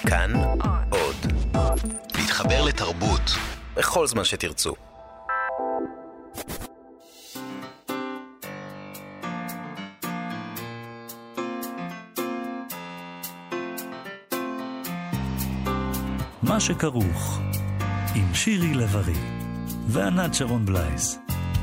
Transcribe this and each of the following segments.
כאן עוד. להתחבר לתרבות בכל זמן שתרצו. מה שכרוך עם שירי לב-ארי וענת שרון בלייס.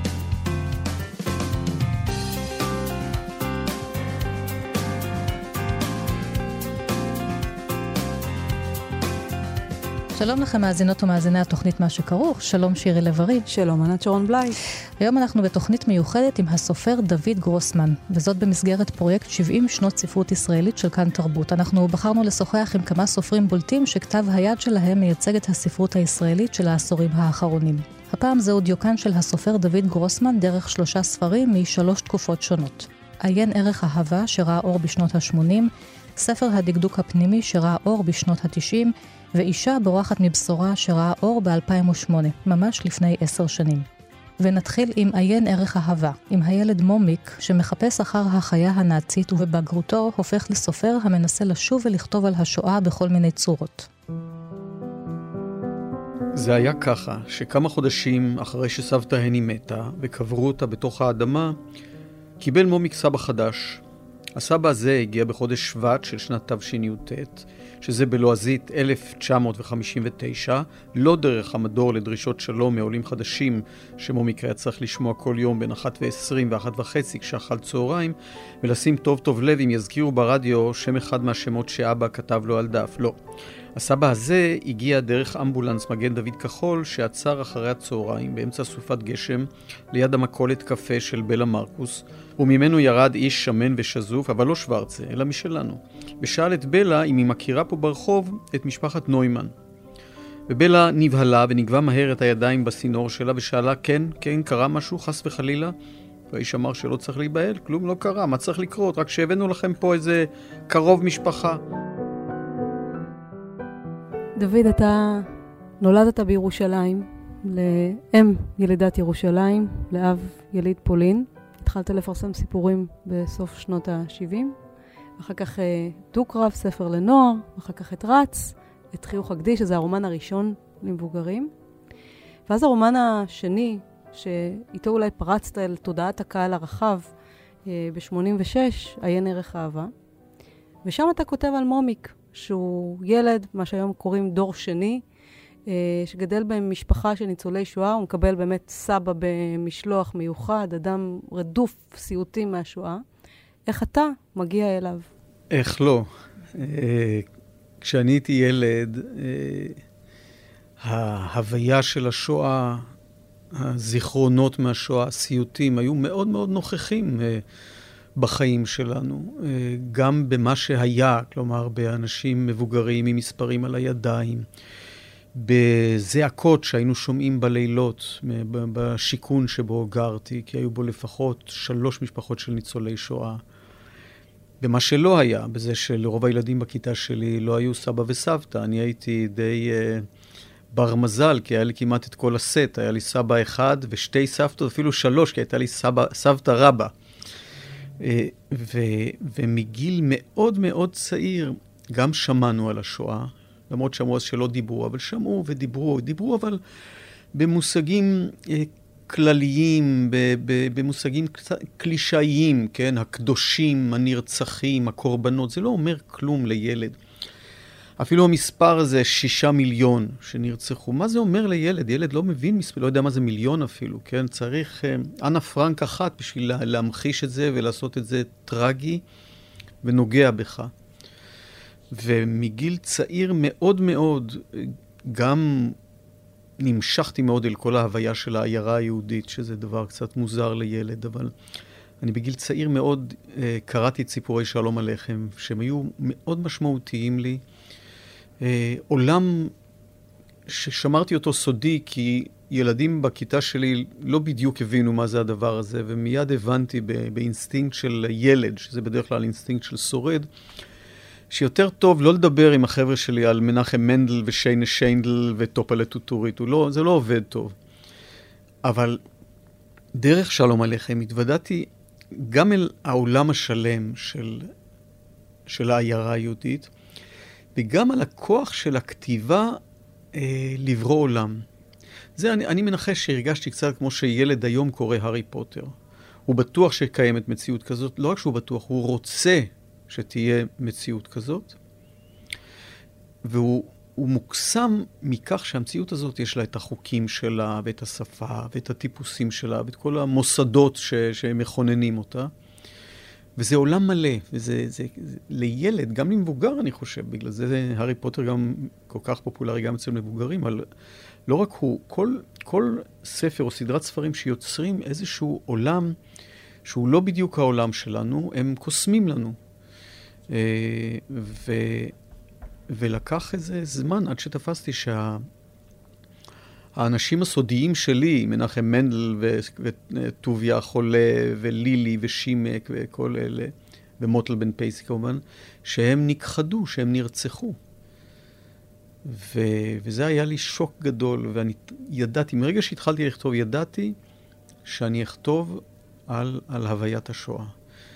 שלום לכם מאזינות ומאזיני התוכנית מה שכרוך, שלום שירי לב-ארי. שלום ענת שרון בלייס. היום אנחנו בתוכנית מיוחדת עם הסופר דוד גרוסמן, וזאת במסגרת פרויקט 70 שנות ספרות ישראלית של כאן תרבות. אנחנו בחרנו לשוחח עם כמה סופרים בולטים שכתב היד שלהם מייצג את הספרות הישראלית של העשורים האחרונים. הפעם זהו דיוקן של הסופר דוד גרוסמן דרך 3 ספרים מ3 תקופות שונות. עיין ערך אהבה שראה אור בשנות ה-80, ספר הדקדוק הפנימי שראה אור בשנות ה-90, ואישה בורחת מבשורה שראה אור ב-2008, ממש לפני 10 שנים. ונתחיל עם עיין ערך אהבה, עם הילד מומיק שמחפש אחר החיה הנאצית ובבגרותו הופך לסופר המנסה לשוב ולכתוב על השואה בכל מיני צורות. זה היה ככה, שכמה חודשים אחרי שסבתא הני מתה וקברו אותה בתוך האדמה, קיבל מומיק סבא חדש. הסבא הזה הגיע בחודש שבט של שנת תשי"ט, שזה בלועזית 1959, לא דרך המדור לדרישות שלום מעולים חדשים, שמומיק היה צריך לשמוע כל יום בין 1:20 ו1:30 כשאכל צהריים, ולשים טוב טוב לב אם יזכירו ברדיו שם אחד מהשמות שאבא כתב לו על דף. לא. הסבא הזה הגיע דרך אמבולנס מגן דוד כחול שעצר אחרי הצהריים באמצע סופת גשם ליד המכולת קפה של בלה מרקוס, וממנו ירד איש שמן ושזוף, אבל לא שוורצה, אלא משלנו. ושאל את בלה אם היא מכירה פה ברחוב את משפחת נוימן. ובלה נבהלה ונגבה מהר את הידיים בסינור שלה ושאלה, כן, קרה משהו חס וחלילה? והאיש אמר שלא צריך להיבהל, כלום לא קרה, מה צריך לקרות? רק שהבאנו לכם פה איזה קרוב משפחה. דוד, אתה נולדת בירושלים, לאם ילידת ירושלים, לאב יליד פולין. התחלת לפרסם סיפורים בסוף שנות ה-70, אחר כך דו-קרב, ספר לנוער, אחר כך את רץ, את חיוך הקדיש, שזה הרומן הראשון למבוגרים. ואז הרומן השני, שאיתו אולי פרצת אל תודעת הקהל הרחב, ב-86, עיין ערך אהבה. ושם אתה כותב על מומיק, שהוא ילד, מה שהיום קוראים דור שני, שגדל במשפחה של ניצולי שואה, הוא מקבל באמת סבא במשלוח מיוחד, אדם רדוף סיוטים מהשואה. איך אתה מגיע אליו? איך לא? כשאני הייתי ילד, ההוויה של השואה, הזיכרונות מהשואה, הסיוטים, היו מאוד מאוד נוכחים בחיים שלנו. גם במה שהיה, כלומר, באנשים מבוגרים עם מספרים על הידיים, בזעקות שהיינו שומעים בלילות בשיקון שבו גרתי, כי היו בו לפחות 3 משפחות של ניצולי שואה. במה שלא היה, בזה שלרוב הילדים בכיתה שלי לא היו סבא וסבתא. אני הייתי די בר מזל, כי היה לי כמעט את כל הסט. היה לי סבא אחד ו2 סבתות, אפילו 3, כי הייתה לי סבתא רבא. ומגיל מאוד מאוד צעיר גם שמענו על השואה, למרות שאמרו אז שלא דיברו, אבל שמעו ודיברו, אבל במושגים כלליים, במושגים קלישאיים, כן? הקדושים, הנרצחים, הקורבנות, זה לא אומר כלום לילד. אפילו המספר הזה 6 מיליון שנרצחו. מה זה אומר לילד? ילד לא מבין מספר, לא יודע מה זה מיליון אפילו, כן? צריך אנה פרנק אחת בשביל להמחיש את זה ולעשות את זה טרגי ונוגע בך. ומגיל צעיר מאוד מאוד, גם נמשכתי מאוד אל כל ההוויה של העיירה היהודית, שזה דבר קצת מוזר לילד, אבל אני בגיל צעיר מאוד קראתי את סיפורי שלום עליכם, שהם היו מאוד משמעותיים לי. עולם ששמרתי אותו סודי, כי ילדים בכיתה שלי לא בדיוק הבינו מה זה הדבר הזה, ומיד הבנתי באינסטינקט של ילד, שזה בדרך כלל אינסטינקט של שורד, שיותר טוב לא לדבר עם החבר'ה שלי על מנחם מנדל ושיינה שיינדל וטופלה טוטורית, זה לא עובד טוב. אבל דרך שלום עליכם התוודעתי גם אל העולם השלם של העיירה היהודית, וגם על הכוח של הכתיבה לברוא עולם. זה אני מנחש שהרגשתי קצת כמו שילד היום קורא הארי פוטר. הוא בטוח שקיימת מציאות כזאת, לא רק שהוא בטוח, הוא רוצה שתהיה מציאות כזאת, והוא מוקסם מכך שהמציאות הזאת יש לה את החוקים שלה, ואת השפה, ואת הטיפוסים שלה, ואת כל המוסדות שמכוננים אותה. וזה עולם מלא, וזה לילד, גם למבוגר אני חושב, בגלל זה הארי פוטר גם כל כך פופולרי גם אצל מבוגרים, אבל לא רק הוא, כל ספר או סדרת ספרים שיוצרים איזשהו עולם שהוא לא בדיוק העולם שלנו, הם קוסמים לנו. ולקח איזה זמן עד שתפסתי האנשים הסודיים שלי, מנחם מנדל וטוביה החולה ולילי ושימק וכל אלה, ומוטל בן פייסי כמובן, שהם נכחדו, שהם נרצחו. וזה היה לי שוק גדול, ואני ידעתי, מרגע שהתחלתי לכתוב, ידעתי שאני אכתוב על הוויית השואה.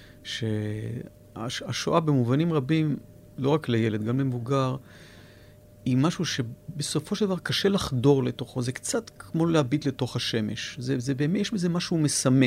שהשואה במובנים רבים, לא רק לילד, גם למבוגר, היא משהו שבסופו של דבר קשה לחדור לתוכו. זה קצת כמו להביט לתוך השמש. זה באמת, יש בזה משהו מסמא.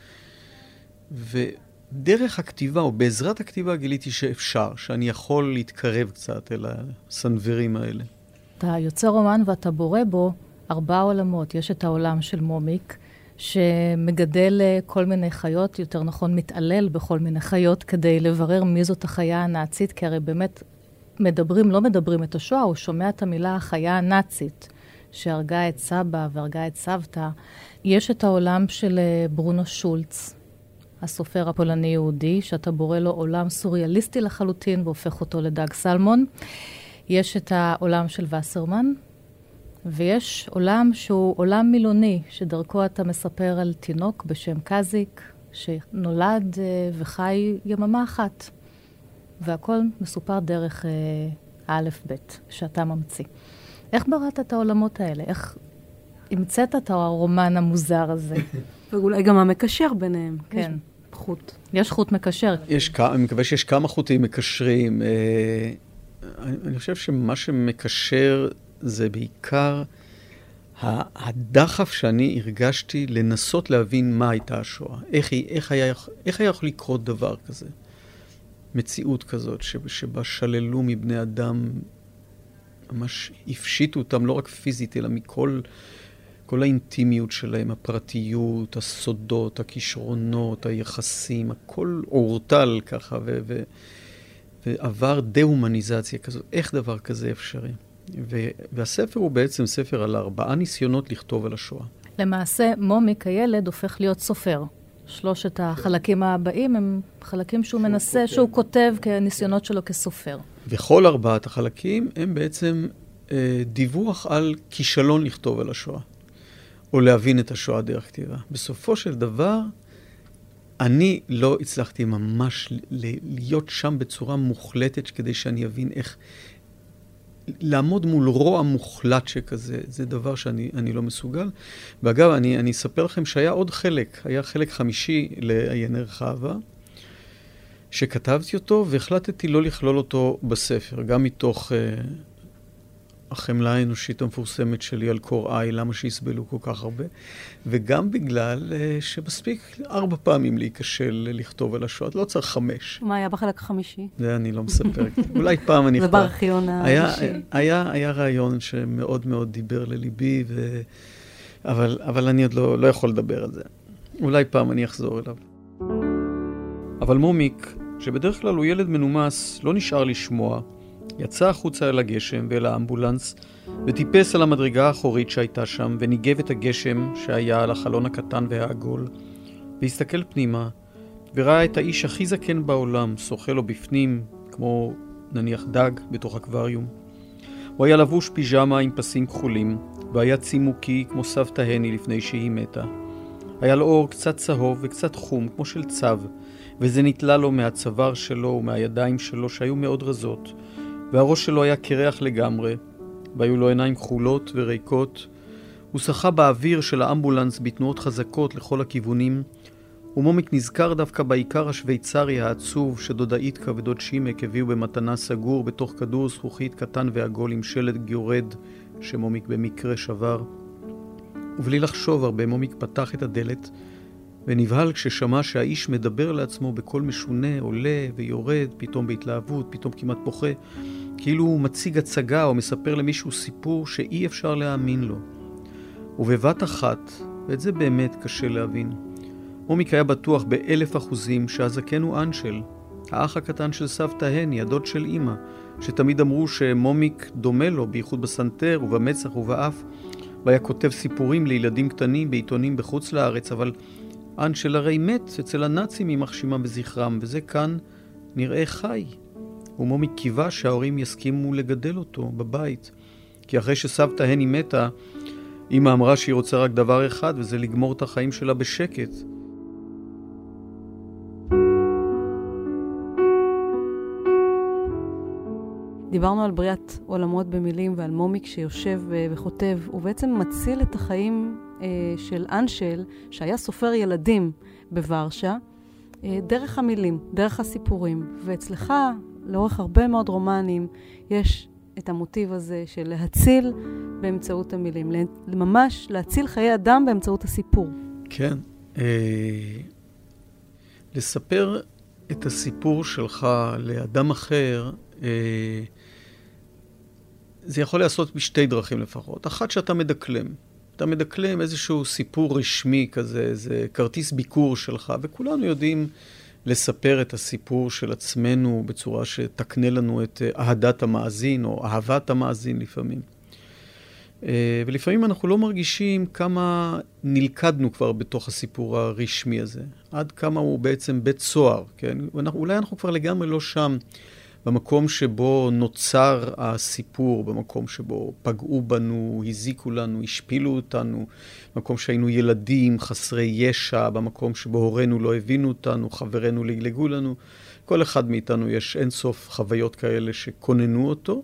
ודרך הכתיבה, או בעזרת הכתיבה, גיליתי שאפשר, שאני יכול להתקרב קצת אל הסנוורים האלה. אתה יוצא רומן ואתה בורא בו 4 עולמות. יש את העולם של מומיק, שמגדל כל מיני חיות, יותר נכון מתעלל בכל מיני חיות, כדי לברר מי זאת החיה הנאצית, כי הרי באמת לא מדברים את השואה, הוא שומע את המילה החיה הנאצית, שהרגה את סבא והרגה את סבתא. יש את העולם של ברונו שולץ, הסופר הפולני-יהודי, שאתה בורא לו עולם סוריאליסטי לחלוטין, והופך אותו לדג סלמון. יש את העולם של וסרמן, ויש עולם שהוא עולם מילוני, שדרכו אתה מספר על תינוק בשם קזיק, שנולד וחי יממה אחת. והכל מסופר דרך האלף בית שאתה ממציא. איך בראת את העולמות האלה? איך המצאת את הרומן המוזר הזה? ואולי גם המקשר ביניהם. כן. חוט. יש חוט מקשר. אני מקווה שיש כמה חוטים מקשרים. אני חושב שמה שמקשר זה בעיקר הדחף שאני הרגשתי לנסות להבין מה הייתה השואה. איך היה יכול לקרות דבר כזה? מציאות כזאת שבה שללו מבני אדם, ממש הפשיטו אותם לא רק פיזית, אלא מכל האינטימיות שלהם, הפרטיות, הסודות, הכישרונות, היחסים, הכל אורטל ככה, ועבר דה-הומניזציה כזאת. איך דבר כזה אפשרי? והספר הוא בעצם ספר על 4 ניסיונות לכתוב על השואה. למעשה, מומיק הילד הופך להיות סופר. 3 החלקים הבאים הם חלקים שהוא מנסה, שהוא כותב כניסיונות שלו כסופר. וכל 4 החלקים הם בעצם דיווח על כישלון לכתוב על השואה, או להבין את השואה דרך כתיבה. בסופו של דבר, אני לא הצלחתי ממש להיות שם בצורה מוחלטת, כדי שאני אבין איך לעמוד מול רוע מוחלט שכזה, זה דבר שאני לא מסוגל. ואגב, אני אספר לכם שהיה עוד חלק, היה חלק 5 לעיין ערך אהבה, שכתבתי אותו והחלטתי לא לכלול אותו בספר, גם מתוך החמלה האנושית המפורסמת שלי על קוראי, למה שיסבלו כל כך הרבה, וגם בגלל שמספיק 4 פעמים להיכשל לכתוב על השואה, לא צריך 5. מה היה בחלק 5? זה אני לא מספר. אולי פעם אני זה בארכיון האישי. היה רעיון שמאוד מאוד דיבר לליבי, אבל אני עוד לא יכול לדבר על זה. אולי פעם אני אחזור אליו. אבל מומיק, שבדרך כלל הוא ילד מנומס, לא נשאר לשמוע, יצא החוצה אל הגשם ואל האמבולנס, וטיפס על המדרגה האחורית שהייתה שם, וניגב את הגשם שהיה על החלון הקטן והעגול, והסתכל פנימה, וראה את האיש הכי זקן בעולם, שוחה לו בפנים, כמו נניח דג בתוך אקווריום. הוא היה לבוש פיג'מה עם פסים כחולים, והיה צימוקי כמו סבתא הני לפני שהיא מתה. היה לו אור קצת צהוב וקצת חום, כמו של צב, וזה נתלה לו מהצוואר שלו ומהידיים שלו שהיו מאוד רזות, והראש שלו היה קרח לגמרי, והיו לו עיניים כחולות וריקות. הוא שחה באוויר של האמבולנס בתנועות חזקות לכל הכיוונים, ומומיק נזכר דווקא בעיקר השוויצרי העצוב שדודה איתקה ודוד שימק הביאו במתנה סגור בתוך כדור זכוכית קטן ועגול עם שלט גיורד שמומיק במקרה שבר. ובלי לחשוב הרבה מומיק פתח את הדלת ונבהל כששמע שהאיש מדבר לעצמו בקול משונה, עולה ויורד, פתאום בהתלהבות, פתאום כמעט בוכה, כאילו הוא מציג הצגה או מספר למישהו סיפור שאי אפשר להאמין לו. ובבת אחת, ואת זה באמת קשה להבין, מומיק היה בטוח ב1,000% שהזקן הוא אנשל, האח הקטן של סבתא הני, הדוד של אמא, שתמיד אמרו שמומיק דומה לו, בייחוד בסנטר ובמצח ובאף, והיה כותב סיפורים לילדים קטנים בעיתונים בחוץ לארץ, אבל אנשל הרי מת אצל הנאצים עם מחשימה בזכרם, וזה כאן נראה חי. ומומיק קיווה שההורים יסכימו לגדל אותו בבית, כי אחרי שסבתא הני מתה, אמא אמרה שהיא רוצה רק דבר אחד, וזה לגמור את החיים שלה בשקט. דיברנו על בריאת עולמות במילים ועל מומיק שיושב וכותב, ובעצם מציל את החיים של אנשל, שהיה סופר ילדים בוורשה, דרך המילים, דרך הסיפורים. ואצלך, לאורך הרבה מאוד רומנים, יש את המוטיב הזה של להציל באמצעות המילים, ממש להציל חיי אדם באמצעות הסיפור. כן. לספר את הסיפור שלך לאדם אחר, זה יכול לעשות בשתי דרכים לפחות. אחת שאתה מדקלם. אתה מדקלם איזשהו סיפור רשמי כזה, זה כרטיס ביקור שלך, וכולנו יודעים לספר את הסיפור של עצמנו בצורה שתקנה לנו את אהדת המאזין, או אהבת המאזין לפעמים. ולפעמים אנחנו לא מרגישים כמה נלכדנו כבר בתוך הסיפור הרשמי הזה. עד כמה הוא בעצם בית סוהר, כן? אולי אנחנו כבר לגמרי לא שם, במקום שבו נוצר הסיפור, במקום שבו פגעו בנו, הזיקו לנו, השפילו אותנו, במקום שהיינו ילדים, חסרי ישע, במקום שבו הורינו לא הבינו אותנו, חברינו לגלגו לנו. כל אחד מאיתנו יש אינסוף חוויות כאלה שכוננו אותו,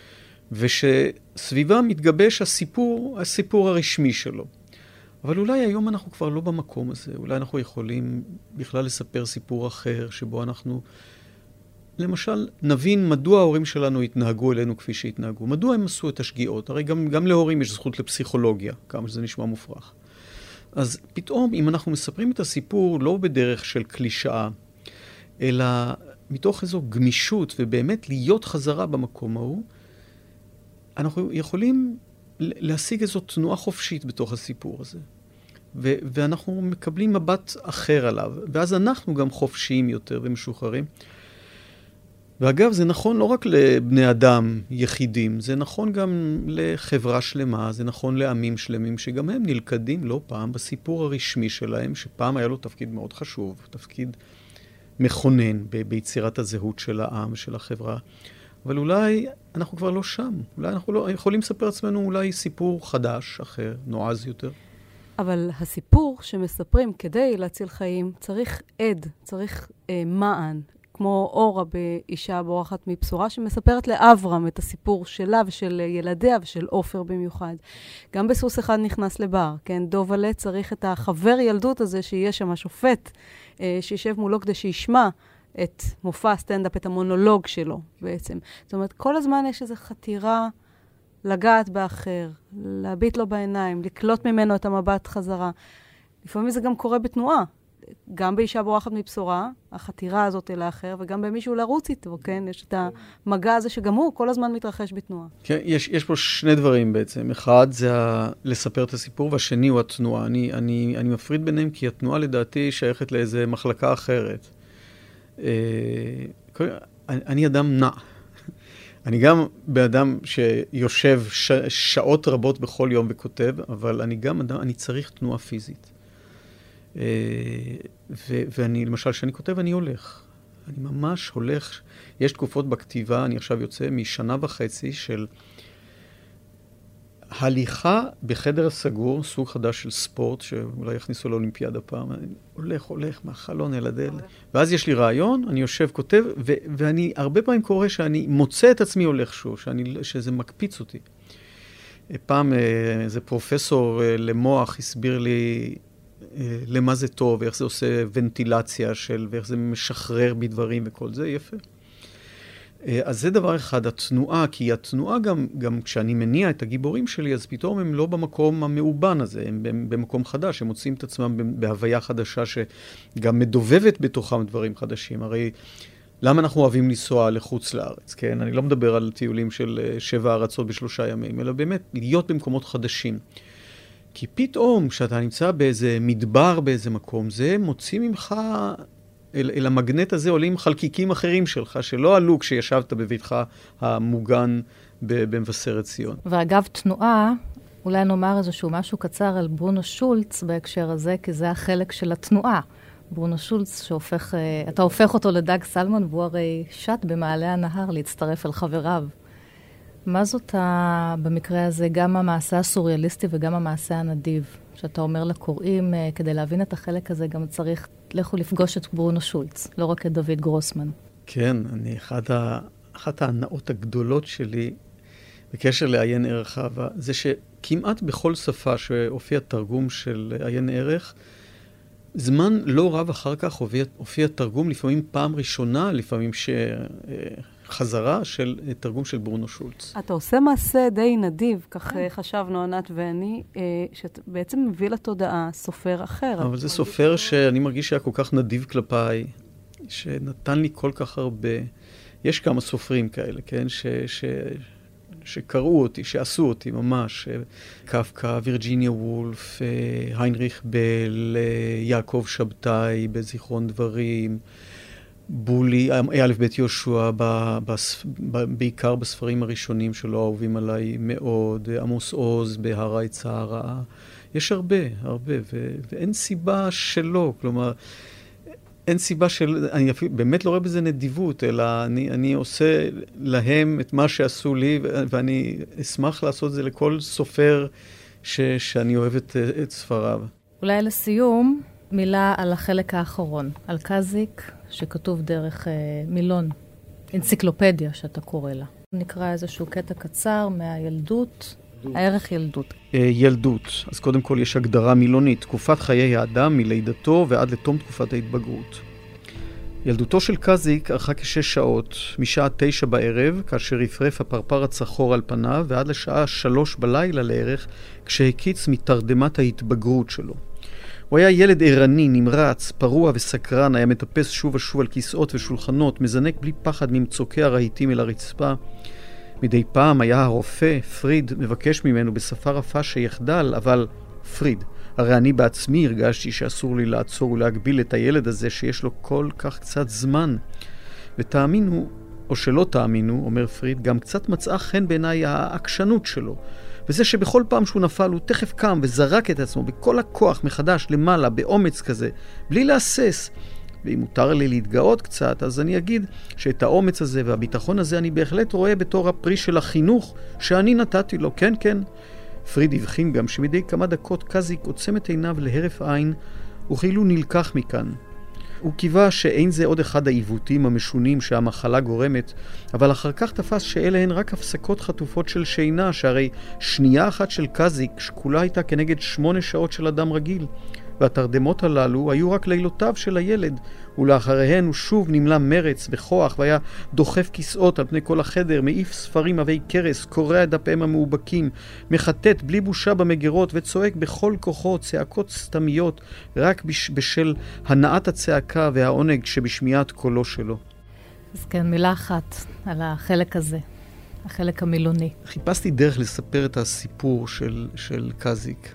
ושסביבה מתגבש הסיפור הרשמי שלו. אבל אולי היום אנחנו כבר לא במקום הזה, אולי אנחנו יכולים בכלל לספר סיפור אחר, שבו אנחנו למשל, נבין מדוע ההורים שלנו התנהגו אלינו כפי שהתנהגו. מדוע הם עשו את השגיאות? הרי גם להורים יש זכות לפסיכולוגיה, כמה שזה נשמע מופרך. אז פתאום, אם אנחנו מספרים את הסיפור לא בדרך של קלישאה, אלא מתוך איזו גמישות ובאמת להיות חזרה במקום ההוא, אנחנו יכולים להשיג איזו תנועה חופשית בתוך הסיפור הזה. ואנחנו מקבלים מבט אחר עליו, ואז אנחנו גם חופשיים יותר ומשוחררים. ואגב, זה נכון לא רק לבני אדם יחידים, זה נכון גם לחברה שלמה, זה נכון לעמים שלמים, שגם הם נלכדים לא פעם בסיפור הרשמי שלהם, שפעם היה לו תפקיד מאוד חשוב, תפקיד מכונן ביצירת הזהות של העם, של החברה. אבל אולי אנחנו כבר לא שם, אולי אנחנו לא יכולים לספר עצמנו אולי סיפור חדש, אחר, נועז יותר. אבל הסיפור שמספרים כדי להציל חיים צריך עד, צריך מען. כמו אורה באישה בורחת מבשורה, שמספרת לאברהם את הסיפור שלה ושל ילדיה ושל עופר במיוחד. גם בסוס אחד נכנס לבר, כן? דוב עלה צריך את החבר ילדות הזה שיהיה שם השופט, שישב מולו כדי שישמע את מופע הסטנדאפ, את המונולוג שלו בעצם. זאת אומרת, כל הזמן יש איזו חתירה לגעת באחר, להביט לו בעיניים, לקלוט ממנו את המבט חזרה. לפעמים זה גם קורה בתנועה. גם באישה בורחת מבשורה, החתירה הזאת אל האחר, וגם במישהו לרוץ איתו, כן? יש את המגע הזה שגם הוא כל הזמן מתרחש בתנועה. כן, יש פה שני דברים בעצם. אחד זה לספר את הסיפור, והשני הוא התנועה. אני מפריד ביניהם, כי התנועה לדעתי שייכת לאיזה מחלקה אחרת. אני אדם נע. אני גם באדם שיושב שעות רבות בכל יום וכותב, אבל אני גם אדם, אני צריך תנועה פיזית. ואני, למשל, כשאני כותב, אני הולך. אני ממש הולך. יש תקופות בכתיבה, אני עכשיו יוצא משנה וחצי של הליכה בחדר הסגור, סוג חדש של ספורט, שאולי יכניסו לאולימפיאדה פעם. אני הולך מהחלון אל הדלת. ואז יש לי רעיון, אני יושב, כותב, ואני הרבה פעמים קורא שאני מוצא את עצמי הולך שוב, שזה מקפיץ אותי. פעם איזה פרופסור למוח הסביר לי למה זה טוב, ואיך זה עושה ונטילציה ואיך זה משחרר בדברים וכל זה, יפה. אז זה דבר אחד, התנועה, כי התנועה גם כשאני מניע את הגיבורים שלי, אז פתאום הם לא במקום המאובן הזה, הם במקום חדש, הם מוצאים את עצמם בהוויה חדשה שגם מדובבת בתוכם דברים חדשים. הרי למה אנחנו אוהבים לנסוע לחוץ לארץ, כן? אני לא מדבר על טיולים של 7 ארצות ב3 ימים, אלא באמת להיות במקומות חדשים. כי פתאום כשאתה נמצא באיזה מדבר באיזה מקום, זה מוציא ממך, אל המגנט הזה עולים חלקיקים אחרים שלך, שלא עלו כשישבת בביתך המוגן במבשרת ציון. ואגב תנועה, אולי נאמר איזשהו משהו קצר על ברונו שולץ בהקשר הזה, כי זה החלק של התנועה. ברונו שולץ אתה הופך אותו לדג סלמון, והוא הרי שט במעלה הנהר להצטרף אל חבריו. מה זאת במקרה הזה, גם המעשה הסוריאליסטי וגם המעשה הנדיב? שאתה אומר לקוראים, כדי להבין את החלק הזה, גם צריך לכו לפגוש את ברונו שולץ, לא רק את דוד גרוסמן. כן, אחת ההנאות הגדולות שלי בקשר לעיין ערך אהבה, זה שכמעט בכל שפה שהופיע תרגום של עיין ערך, זמן לא רב אחר כך הופיע תרגום, לפעמים פעם ראשונה, לפעמים חזרה של תרגום של ברונו שולץ. אתה עושה מעשה די נדיב, כך חשבנו ענת ואני, שבעצם מביא לתודעה סופר אחר. אבל זה סופר שאני מרגיש שהיה כל כך נדיב כלפיי, שנתן לי כל כך הרבה. יש כמה סופרים כאלה, כן? שקראו אותי, שעשו אותי ממש. קפקא, וירג'יניה וולף, היינריך בל, יעקב שבתאי בזיכרון דברים, בולי, א' ב' יהושע, בעיקר בספרים הראשונים שלא אהובים עליי מאוד, עמוס עוז בהר העצה הרעה. יש הרבה, ואין סיבה שלא, כלומר, אין סיבה אני באמת לא רואה בזה נדיבות, אלא אני עושה להם את מה שעשו לי, ואני אשמח לעשות זה לכל סופר שאני אוהב את ספריו. אולי לסיום, מילה על החלק האחרון, על קזיק, שכתוב דרך מילון, אנציקלופדיה שאתה קורא לה. נקרא איזשהו קטע קצר מהילדות, הערך ילדות. ילדות. אז קודם כל יש הגדרה מילונית, תקופת חיי האדם מלידתו ועד לתום תקופת ההתבגרות. ילדותו של קזיק ארכה כ6 שעות, משעה 9 בערב, כאשר יפרף הפרפר הצחור על פניו, ועד לשעה 3 בלילה לערך, כשהקיץ מתרדמת ההתבגרות שלו. הוא היה ילד ערני, נמרץ, פרוע וסקרן, היה מטפס שוב ושוב על כיסאות ושולחנות, מזנק בלי פחד ממצוקי הרהיטים אל הרצפה. מדי פעם היה הרופא, פריד, מבקש ממנו בשפה רפה שיחדל, אבל פריד, הרי אני בעצמי הרגשתי שאסור לי לעצור ולהגביל את הילד הזה שיש לו כל כך קצת זמן. ותאמינו, או שלא תאמינו, אומר פריד, גם קצת מצאה חן בעיניי העקשנות שלו. וזה שבכל פעם שהוא נפל הוא תכף קם וזרק את עצמו בכל הכוח מחדש למעלה, באומץ כזה, בלי להסס. ואם מותר לי להתגאות קצת, אז אני אגיד שאת האומץ הזה והביטחון הזה אני בהחלט רואה בתור הפרי של החינוך שאני נתתי לו. כן, כן. פריד הבחין גם שמדי כמה דקות קזיק עוצם את עיניו להרף עין, וכאילו נלקח מכאן. הוא קיווה שאין זה עוד אחד העיוותים המשונים שהמחלה גורמת, אבל אחר כך תפס שאלה הן רק הפסקות חטופות של שינה, שהרי שנייה אחת של קזיק שקולה הייתה כנגד 8 שעות של אדם רגיל. והתרדמות הללו היו רק לילותיו של הילד, ולאחריהן הוא שוב נמלא מרץ וכוח, והיה דוחף כיסאות על פני כל החדר, מעיף ספרים עבי קרס, קורע את דפיהם המאובקים, מחטט בלי בושה במגירות, וצועק בכל כוחו צעקות סתמיות, רק בשל הנעת הצעקה והעונג שבשמיעת קולו שלו. אז כן, מילה אחת על החלק הזה, החלק המילוני. חיפשתי דרך לספר את הסיפור של קזיק.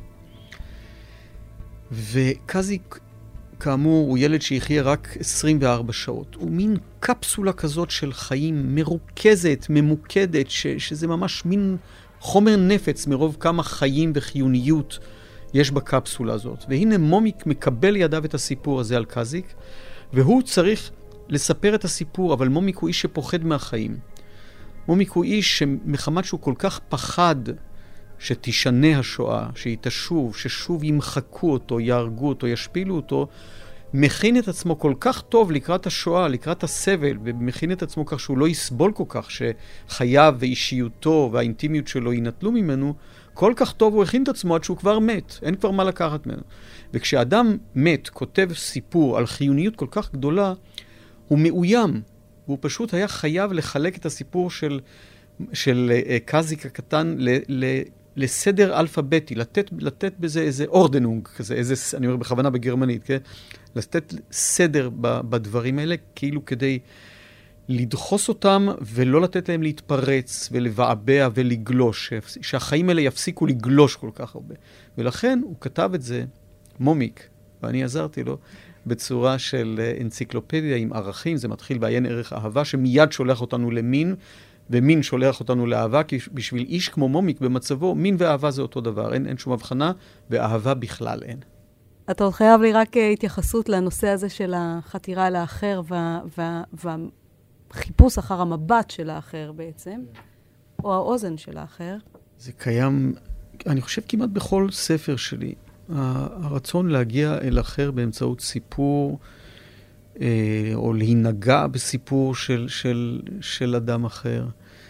וקזיק, כאמור, הוא ילד שיחיה רק 24 שעות. הוא מין קפסולה כזאת של חיים מרוכזת, ממוקדת, שזה ממש מין חומר נפץ מרוב כמה חיים וחיוניות יש בקפסולה הזאת. והנה מומיק מקבל לידיו את הסיפור הזה על קזיק, והוא צריך לספר את הסיפור, אבל מומיק הוא איש שפוחד מהחיים. מומיק הוא איש שמחמת שהוא כל כך פחד שתשנה השואה, שהיא תשוב, ששוב ימחקו אותו, יהרגו אותו, ישפילו אותו, מכין את עצמו כל כך טוב לקראת השואה, לקראת הסבל, ומכין את עצמו כך שהוא לא יסבול כל כך, שחייו ואישיותו והאינטימיות שלו ינטלו ממנו, כל כך טוב הוא הכין את עצמו עד שהוא כבר מת, אין כבר מה לקחת ממנו. וכשאדם מת, כותב סיפור על חיוניות כל כך גדולה, הוא מאוים, והוא פשוט היה חייב לחלק את הסיפור של קזיק הקטן לסדר אלפביתי, לתת בזה איזה אורדנונג, כזה, אני אומר בכוונה בגרמנית, כן? לתת סדר בדברים האלה, כאילו כדי לדחוס אותם ולא לתת להם להתפרץ ולבעבע ולגלוש, שהחיים האלה יפסיקו לגלוש כל כך הרבה. ולכן הוא כתב את זה, מומיק, ואני עזרתי לו, בצורה של אנציקלופדיה עם ערכים, זה מתחיל בעיין ערך אהבה, שמיד שולח אותנו למין, ומין שולח אותנו לאהבה, כי בשביל איש כמו מומיק במצבו, מין ואהבה זה אותו דבר, אין שום הבחנה, ואהבה בכלל אין. אתה עוד חייב לי רק התייחסות לנושא הזה של החתירה לאחר, והחיפוש אחר המבט של האחר בעצם, או האוזן של האחר. זה קיים, אני חושב כמעט בכל ספר שלי, הרצון להגיע אל אחר באמצעות סיפור, או להינגע בסיפור של אדם אחר.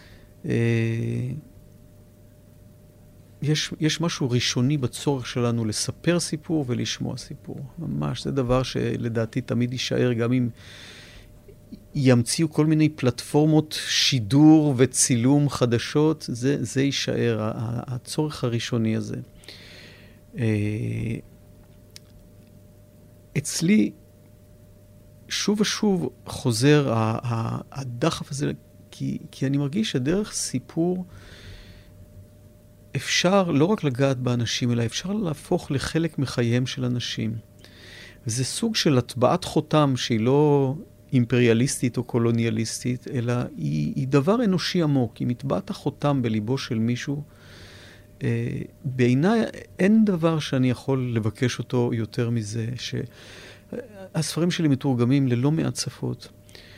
יש משהו ראשוני בצורך שלנו לספר סיפור ולשמוע סיפור. ממש, זה דבר שלדעתי תמיד יישאר, גם אם ימציאו כל מיני פלטפורמות שידור וצילום חדשות, זה יישאר, הצורך הראשוני הזה. אצלי שוב ושוב חוזר הדחף הזה, כי אני מרגיש שדרך סיפור אפשר לא רק לגעת באנשים, אלא אפשר להפוך לחלק מחייהם של אנשים. זה סוג של הטבעת חותם שהיא לא אימפריאליסטית או קולוניאליסטית, אלא היא דבר אנושי עמוק. היא מטבעת החותם בליבו של מישהו. בעיניי אין דבר שאני יכול לבקש אותו יותר מזה, שהספרים שלי מתורגמים ללא מעט שפות,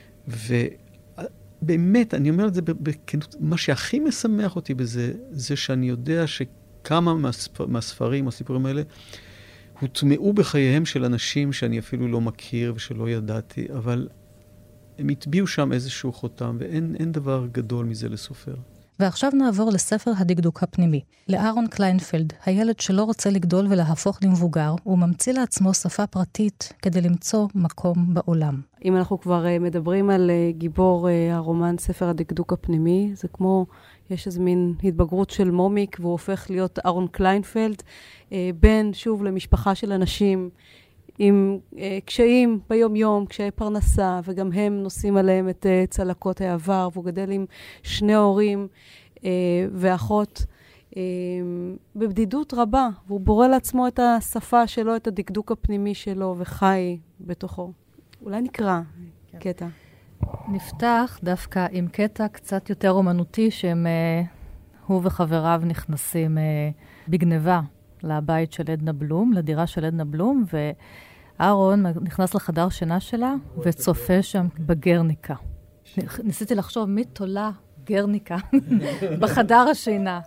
ובאמת, אני אומר את זה, מה שהכי משמח אותי בזה, זה שאני יודע שכמה מהספרים, הסיפורים האלה, הוטמעו בחייהם של אנשים שאני אפילו לא מכיר ושלא ידעתי, אבל הם הטביעו שם איזשהו חותם, ואין דבר גדול מזה לסופר. ועכשיו נעבור לספר הדקדוק הפנימי. לאהרון קליינפלד, הילד שלא רוצה לגדול ולהפוך למבוגר, הוא ממציא לעצמו שפה פרטית כדי למצוא מקום בעולם. אם אנחנו כבר מדברים על גיבור הרומן ספר הדקדוק הפנימי, זה כמו, יש איזו מין התבגרות של מומיק, והוא הופך להיות אהרון קליינפלד, בן שוב למשפחה של אנשים, עם קשיים ביום-יום, קשיי פרנסה, וגם הם נושאים עליהם את צלקות העבר, והוא גדל עם שני הורים ואחות בבדידות רבה, והוא בורא לעצמו את השפה שלו, את הדקדוק הפנימי שלו, וחי בתוכו. אולי נקרא קטע. נפתח דווקא עם קטע קצת יותר אומנותי, שהם, הוא וחבריו נכנסים בגניבה לבית של עדנה בלום, לדירה של עדנה בלום, ואהרון נכנס לחדר שינה שלה וצופה שם בגרניקה. ניסיתי לחשוב מי תולה גרניקה בחדר השינה.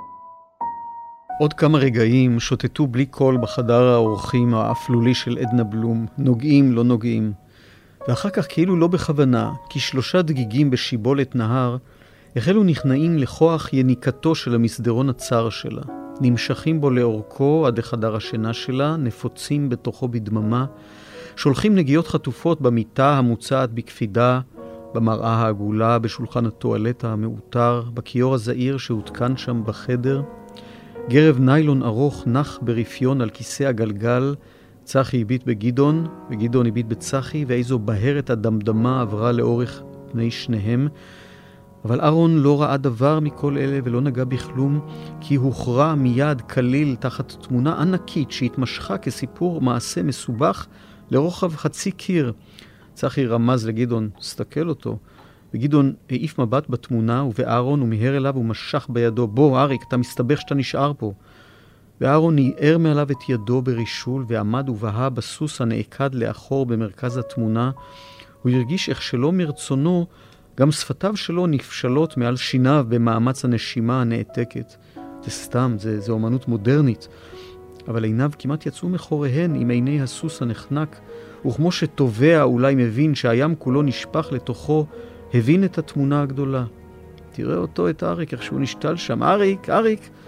עוד כמה רגעים שוטטו בלי קול בחדר האורחים האפלולי של עדנה בלום, נוגעים לא נוגעים. ואחר כך כאילו לא בכוונה, כי 3 דגיגים בשיבולת נהר החלו נכנעים לכוח יניקתו של המסדרון הצר שלה. נמשכים בו לאורכו עד לחדר השינה שלה, נפוצים בתוכו בדממה, שולחים נגיעות חטופות במיטה המוצעת בקפידה, במראה העגולה, בשולחן הטואלטה המאותר, בכיור הזעיר שהותקן שם בחדר. גרב ניילון ארוך נח ברפיון על כיסא הגלגל, צחי הביט בגידון, וגדעון הביט בצחי, ואיזו בהרת הדמדמה עברה לאורך פני שניהם. אבל אהרון לא ראה דבר מכל אלה ולא נגע בכלום, כי הוכרע מיד כליל תחת תמונה ענקית שהתמשכה כסיפור מעשה מסובך לרוחב חצי קיר. צחי רמז לגדעון, סתכל אותו, וגדעון העיף מבט בתמונה ובאהרון ומיהר אליו ומשך בידו, בוא אריק, אתה מסתבך שאתה נשאר פה. ואהרון ניער מעליו את ידו ברישול ועמד ובהה בסוס הנעקד לאחור במרכז התמונה. הוא הרגיש איך שלא מרצונו, גם שפתיו שלו נפשלות מעל שיניו במאמץ הנשימה הנעתקת. זה סתם, זה אומנות מודרנית. אבל עיניו כמעט יצאו מחוריהן עם עיני הסוס הנחנק, וכמו שטובע אולי מבין שהים כולו נשפך לתוכו, הבין את התמונה הגדולה. תראה אותו, את אריק, איך שהוא נשתל שם. אריק, אריק!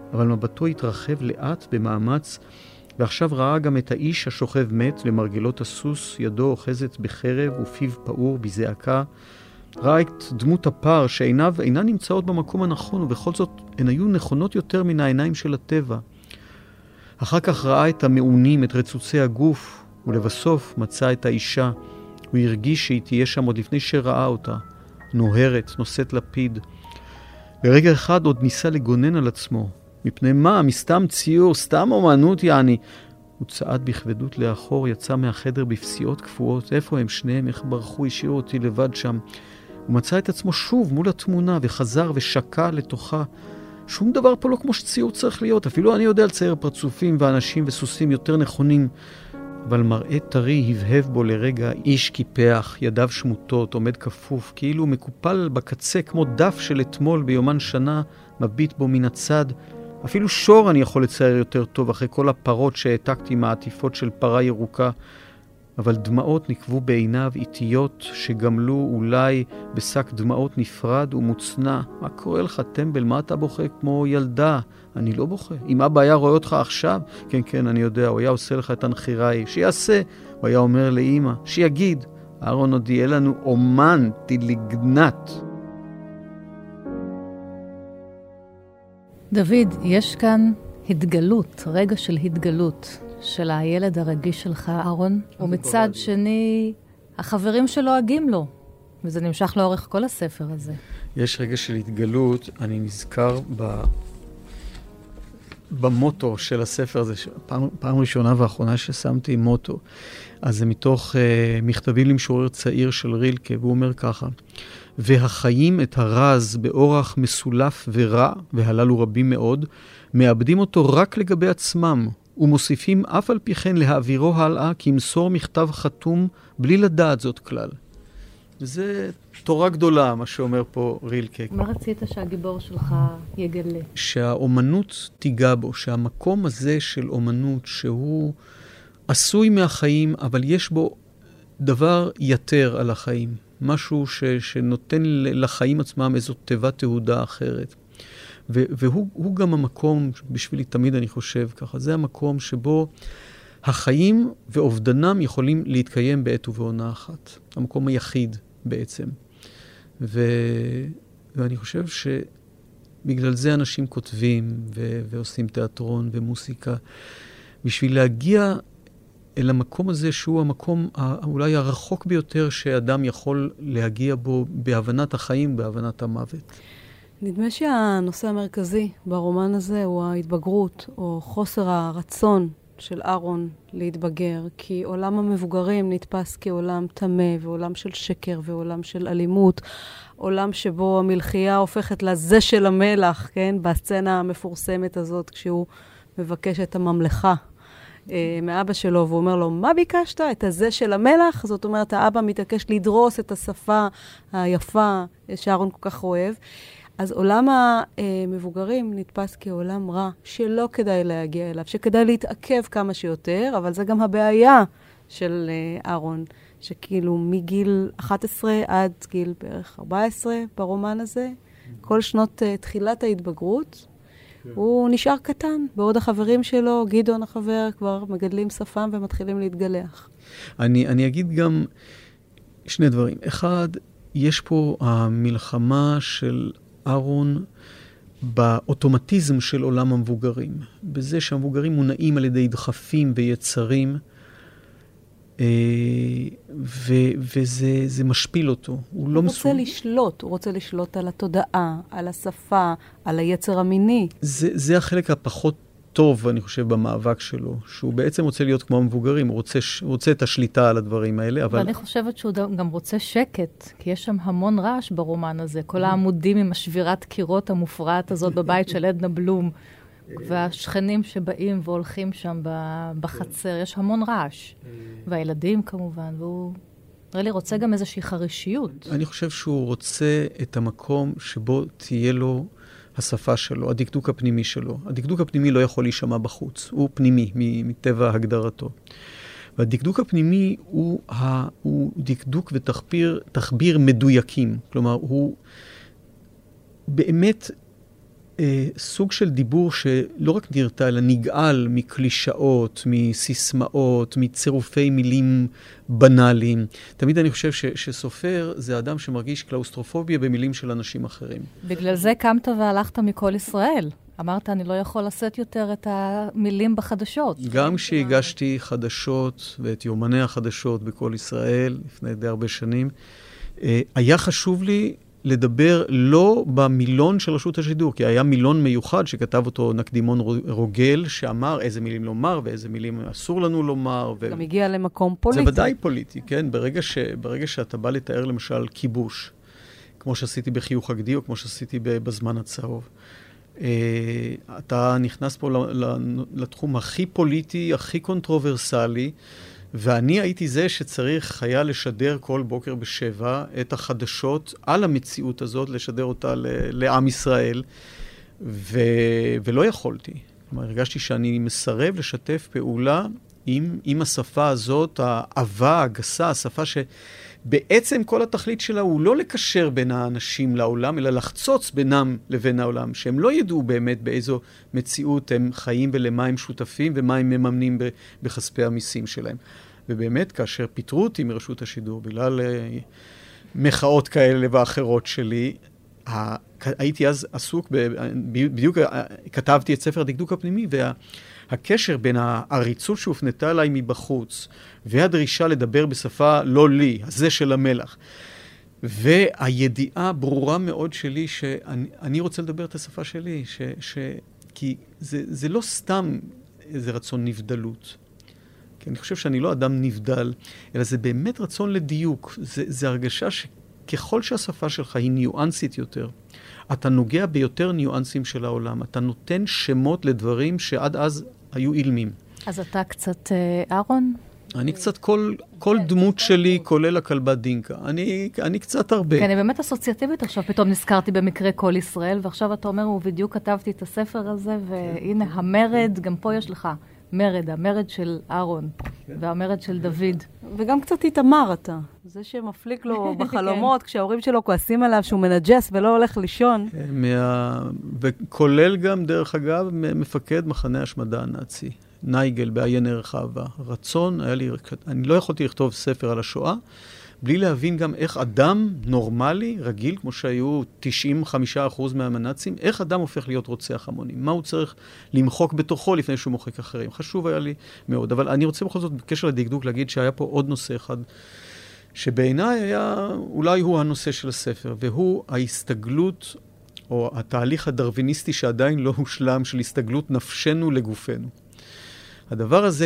אבל מבטו התרחב לאט במאמץ, ועכשיו ראה גם את האיש השוכב מת למרגלות הסוס, ידו אוחזת בחרב ופיו פעור בזעקה. ראה את דמות הפר שעיניו אינן נמצאות במקום הנכון, ובכל זאת הן היו נכונות יותר מן העיניים של הטבע. אחר כך ראה את המעונים, את רצוצי הגוף, ולבסוף מצא את האישה. הוא הרגיש שהיא תהיה שם עוד לפני שראה אותה, נוהרת, נושאת לפיד. לרגע אחד עוד ניסה לגונן על עצמו. מפני מה? מסתם ציור, סתם אומנות יעני. הוא צעד בכבדות לאחור, יצא מהחדר בפסיעות כפועות. איפה הם שניהם? איך ברחו? השאירו אותי לבד שם. הוא מצא את עצמו שוב מול התמונה וחזר ושקע לתוכה. שום דבר פה לא כמו שציור צריך להיות. אפילו אני יודע לצייר פרצופים ואנשים וסוסים יותר נכונים. אבל מראה טרי הבהב בו לרגע, איש קיפח, ידיו שמוטות, עומד כפוף, כאילו מקופל בקצה כמו דף של אתמול ביומן שנה, מביט בו מן הצד. אפילו שור אני יכול לצייר יותר טוב אחרי כל הפרות שהעתקתי מעטיפות של פרה ירוקה, אבל דמעות נקבו בעיניו איטיות שגמלו אולי בשק דמעות נפרד ומוצנע. מה קורה לך טמבל? מה אתה בוכה כמו ילדה? אני לא בוכה. אם אבא היה רואה אותך עכשיו, כן, אני יודע, הוא היה עושה לך את הנחירה, שיעשה. הוא היה אומר לאמא, שיגיד, אהרון עוד יהיה לנו אומן תלגנת. דוד, יש כאן התגלות, רגע של התגלות של הילד הרגיש שלך, אהרון, ומצד שני, החברים שלו הגים לו, וזה נמשך לאורך כל הספר הזה. יש רגע של התגלות, אני נזכר במוטו של הספר הזה, פעם ראשונה ואחרונה ששמתי מוטו, אז זה מתוך מכתבים למשורר צעיר של רילקה, והוא אומר ככה, והחיים את הרז באורח מסולף ורע, והללו רבים מאוד, מאבדים אותו רק לגבי עצמם, ומוסיפים אף על פי כן להעבירו הלאה, כי ימסור מכתב חתום בלי לדעת זאת כלל. וזה תורה גדולה, מה שאומר פה רילקה. מה רצית שהגיבור שלך יגלה? שהאומנות תיגע בו, שהמקום הזה של אומנות, שהוא עשוי מהחיים, אבל יש בו דבר יתר על החיים. משהו שנותן לחיים עצמם איזו תיבת תהודה אחרת. והוא גם המקום, בשבילי תמיד אני חושב ככה, זה המקום שבו החיים ואובדנם יכולים להתקיים בעת ובעונה אחת. המקום היחיד בעצם. ואני חושב שבגלל זה אנשים כותבים ועושים תיאטרון ומוסיקה, בשביל להגיע אל המקום הזה שהוא המקום אולי הרחוק ביותר שאדם יכול להגיע בו בהבנת החיים, בהבנת המוות. נדמה שהנושא המרכזי ברומן הזה הוא ההתבגרות, או חוסר הרצון של אהרון להתבגר, כי עולם המבוגרים נתפס כעולם תמה, ועולם של שקר, ועולם של אלימות, עולם שבו המלחייה הופכת לזה של המלח, כן? בסצנה המפורסמת הזאת, כשהוא מבקש את הממלכה מאבא שלו, והוא אומר לו, מה ביקשת? את הזה של המלח? זאת אומרת, האבא מתעקש לדרוס את השפה היפה שאהרון כל כך אוהב. אז עולם המבוגרים נתפס כעולם רע, שלא כדאי להגיע אליו, שכדאי להתעכב כמה שיותר, אבל זה גם הבעיה של אהרון, שכאילו מגיל 11 עד גיל בערך 14 ברומן הזה, כל שנות תחילת ההתבגרות, הוא נשאר קטן, בעוד החברים שלו, גדעון החבר, כבר מגדלים שפם ומתחילים להתגלח. אני אגיד גם שני דברים. אחד, יש פה המלחמה של אהרון באוטומטיזם של עולם המבוגרים. בזה שהמבוגרים מונעים על ידי דחפים ויצרים, וזה משפיל אותו. הוא לא רוצה לשלוט, הוא רוצה לשלוט על התודעה, על השפה, על היצר המיני. זה החלק הפחות טוב, אני חושב, במאבק שלו, שהוא בעצם רוצה להיות כמו המבוגרים, הוא רוצה את השליטה על הדברים האלה, אבל... ואני חושבת שהוא גם רוצה שקט, כי יש שם המון רעש ברומן הזה, כל העמודים עם השבירת קירות המופרעת הזאת בבית של עדנה בלום, והשכנים שבאים והולכים שם בחצר, יש המון רעש. והילדים כמובן, והוא נראה לי רוצה גם איזושהי חרישיות. אני חושב שהוא רוצה את המקום שבו תהיה לו השפה שלו, הדקדוק הפנימי שלו. הדקדוק הפנימי לא יכול להישמע בחוץ, הוא פנימי מטבע הגדרתו. והדקדוק הפנימי הוא דקדוק ותחביר מדויקים. כלומר, הוא באמת סוג של דיבור שלא רק נרתע, אלא נגעל מקלישאות, מסיסמאות, מצירופי מילים בנאליים. תמיד אני חושב שסופר זה אדם שמרגיש קלאוסטרופוביה במילים של אנשים אחרים. בגלל זה קמת והלכת מכל ישראל. אמרת, אני לא יכול לשאת יותר את המילים בחדשות. גם כשהגשתי חדשות ואת יומני החדשות בכל ישראל, לפני די הרבה שנים, היה חשוב לי לדבר לא במילון של רשות השידור, כי היה מילון מיוחד שכתב אותו נקדימון רוגל, שאמר איזה מילים לומר ואיזה מילים אסור לנו לומר. גם הגיע למקום פוליטי. זה ודאי פוליטי, כן? ברגע שאתה בא לתאר למשל כיבוש, כמו שעשיתי בחיוך הגדי או כמו שעשיתי בזמן הצהוב, אתה נכנס פה לתחום הכי פוליטי, הכי קונטרוברסלי, ואני הייתי זה שצריך היה לשדר כל בוקר ב7 את החדשות על המציאות הזאת, לשדר אותה לעם ישראל, ולא יכולתי. כלומר, הרגשתי שאני מסרב לשתף פעולה עם השפה הזאת, האהבה, הגסה, השפה שבעצם כל התכלית שלה הוא לא לקשר בין האנשים לעולם, אלא לחצוץ בינם לבין העולם, שהם לא ידעו באמת באיזו מציאות הם חיים ולמה הם שותפים ומה הם מממנים בכספי המיסים שלהם. ובאמת, כאשר פיטרו אותי מרשות השידור, בגלל מחאות כאלה ואחרות שלי, הייתי אז עסוק, בדיוק כתבתי את ספר הדקדוק הפנימי, והקשר בין העריצות שהופנתה אליי מבחוץ, והדרישה לדבר בשפה לא לי, הזה של המלך, והידיעה ברורה מאוד שלי שאני רוצה לדבר את השפה שלי, כי זה לא סתם איזה רצון נבדלות. כי אני חושב שאני לא אדם נבדל, אלא זה באמת רצון לדיוק. זה הרגשה שככל שהשפה שלך היא ניואנסית יותר, אתה נוגע ביותר ניואנסים של העולם. אתה נותן שמות לדברים שעד אז היו אילמים. אז אתה קצת אהרון? אני קצת כל דמות שלי, כולל הכלבה דינקה. אני קצת הרבה. כן, אני באמת אסוציאטיבית עכשיו. פתאום נזכרתי במקרה כל ישראל, ועכשיו אתה אומר, ובדיוק כתבתי את הספר הזה, והנה המרד, גם פה יש לך. המרד של אהרון, והמרד של דוד. וגם קצת התאמר אתה. זה שמפליק לו בחלומות, כשההורים שלו כועסים עליו שהוא מנג'ס ולא הולך לישון. וכולל גם, דרך אגב, מפקד מחנה השמדה הנאצי, נייגל בעיין ערך אהבה. רצון, אני לא יכולתי לכתוב ספר על השואה, בלי להבין גם איך אדם נורמלי, רגיל, כמו שהיו 95% מהנאצים, איך אדם הופך להיות רוצח המונים. מה הוא צריך למחוק בתוכו לפני שהוא מוחק אחרים. חשוב היה לי מאוד. אבל אני רוצה בכל זאת, בקשר לדקדוק, להגיד שהיה פה עוד נושא אחד, שבעיניי היה, אולי הוא הנושא של הספר, והוא ההסתגלות, או התהליך הדרוויניסטי שעדיין לא הושלם, של הסתגלות נפשנו לגופנו. הדבר הזה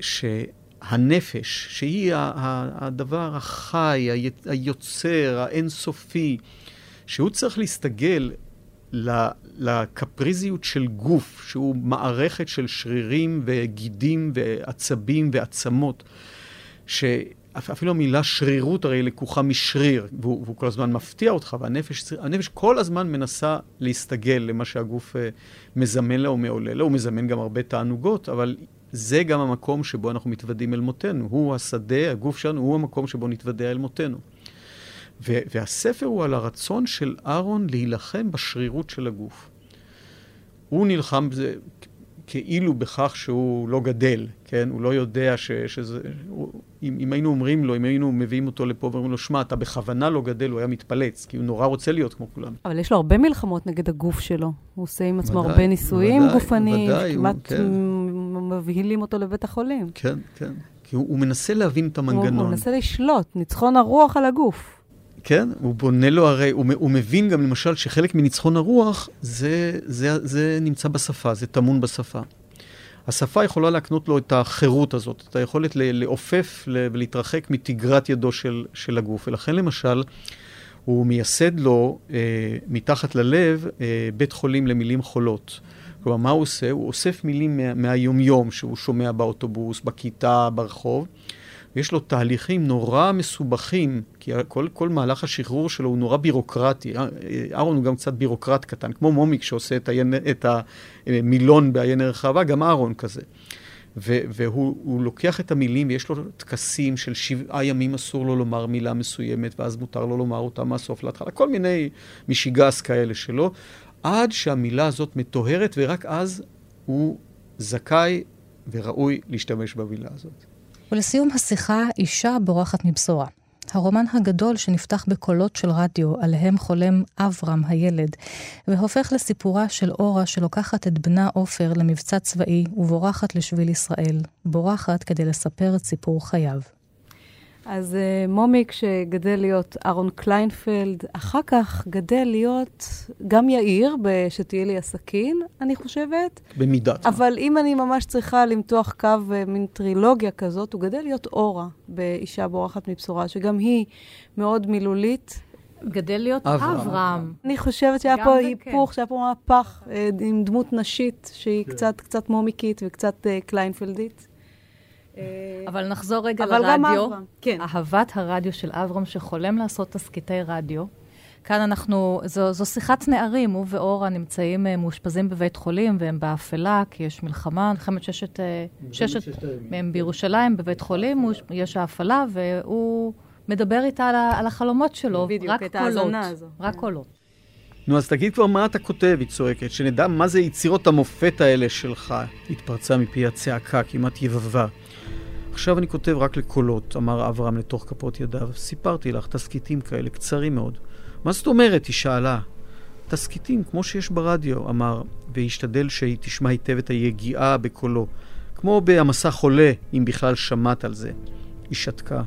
הנפש, שהיא הדבר החי, היוצר, האינסופי, שהוא צריך להסתגל לקפריזיות של גוף, שהוא מערכת של שרירים וגידים ועצבים ועצמות, שאפילו המילה שרירות הרי לקוחה משריר, והוא כל הזמן מפתיע אותך, והנפש כל הזמן מנסה להסתגל למה שהגוף מזמן לה או מעולה לה, הוא מזמן גם הרבה תענוגות, אבל זה גם המקום שבו אנחנו מתוודים אל מותנו. הוא השדה, הגוף שלנו, הוא המקום שבו נתוודע אל מותנו. והספר הוא על הרצון של אהרון להילחם בשרירות של הגוף. הוא נלחם בזה כאילו בכך שהוא לא גדל, כן? הוא לא יודע שזה... אם היינו אומרים לו, אם היינו מביאים אותו לפה ואומרים לו, שמע, אתה בכוונה לא גדל, הוא היה מתפלץ, כי הוא נורא רוצה להיות כמו כולם. אבל יש לו הרבה מלחמות נגד הגוף שלו. הוא עושה עם עצמו הרבה ניסויים גופניים, כמעט מבהילים אותו לבית החולים. כן, כן. כי הוא מנסה להבין את המנגנון. הוא מנסה לשלוט, ניצחון הרוח על הגוף. כן, הוא בונה לו הרי, הוא מבין גם למשל שחלק מניצחון הרוח זה נמצא בשפה, זה תמון בשפה. השפה יכולה להקנות לו את החירות הזאת, את היכולת לעופף ולהתרחק מתגרת ידו של הגוף. ולכן למשל, הוא מייסד לו מתחת ללב בית חולים למילים חולות. כלומר, מה הוא עושה? הוא אוסף מילים מהיומיום שהוא שומע באוטובוס, בכיתה, ברחוב. יש לו תהליכים נורא מסובכים, כי כל מהלך השחרור שלו הוא נורא בירוקרטי. אהרון הוא גם קצת בירוקרט קטן, כמו מומיק שעושה את המילון בעיין ערך אהבה, גם אהרון כזה. והוא לוקח את המילים, ויש לו תקסים של 7 ימים אסור לו לומר מילה מסוימת, ואז מותר לו לומר אותה מהסוף להתחלה. כל מיני משיגס כאלה שלו, עד שהמילה הזאת מטוהרת, ורק אז הוא זכאי וראוי להשתמש במילה הזאת. ולסיום השיחה, אישה בורחת מבשורה. הרומן הגדול שנפתח בקולות של רדיו, עליהם חולם אברהם הילד, והופך לסיפורה של אורה שלוקחת את בנה עופר למבצע צבאי ובורחת לשביל ישראל. בורחת כדי לספר את סיפור חייו. אז מומיק שגדל להיות אהרון קליינפלד, אחר כך גדל להיות גם יאיר, שתהיה לי הסכין, אני חושבת. במידת. אבל אם אני ממש צריכה למתוח קו מין טרילוגיה כזאת, הוא גדל להיות אורה באישה בורחת מבשורה, שגם היא מאוד מילולית. גדל להיות אברהם. אני חושבת שהיה פה היפוך, שהיה פה מהפך עם דמות נשית, שהיא קצת מומיקית וקצת קליינפלדית. אבל נחזור רגע לרדיו. כן. אהבת הרדיו של אברהם שחולם לעשות תסקיטי רדיו. כאן זו שיחת נערים, הוא ואורה נמצאים מאושפזים בבית חולים, והם באפלה, כי יש מלחמה, מלחמת ששת מהם בירושלים, בבית חולים, יש האפלה, והוא מדבר איתה על החלומות שלו, רק קולות. רק קולות. נו, אז תגיד כבר מה אתה כותב, היא צועקת, שנדע מה זה יצירות המופת האלה שלך. התפרצה מפי הצעקה, כמעט יבבה. עכשיו אני כותב רק לקולות, אמר אברהם לתוך כפות ידיו. סיפרתי לך, תסקיטים כאלה, קצרים מאוד. מה זאת אומרת? היא שאלה. תסקיטים, כמו שיש ברדיו, אמר, והשתדל שהיא תשמע היטב את היגיעה בקולו. כמו במסע חולה, אם בכלל שמעת על זה. היא שתקה.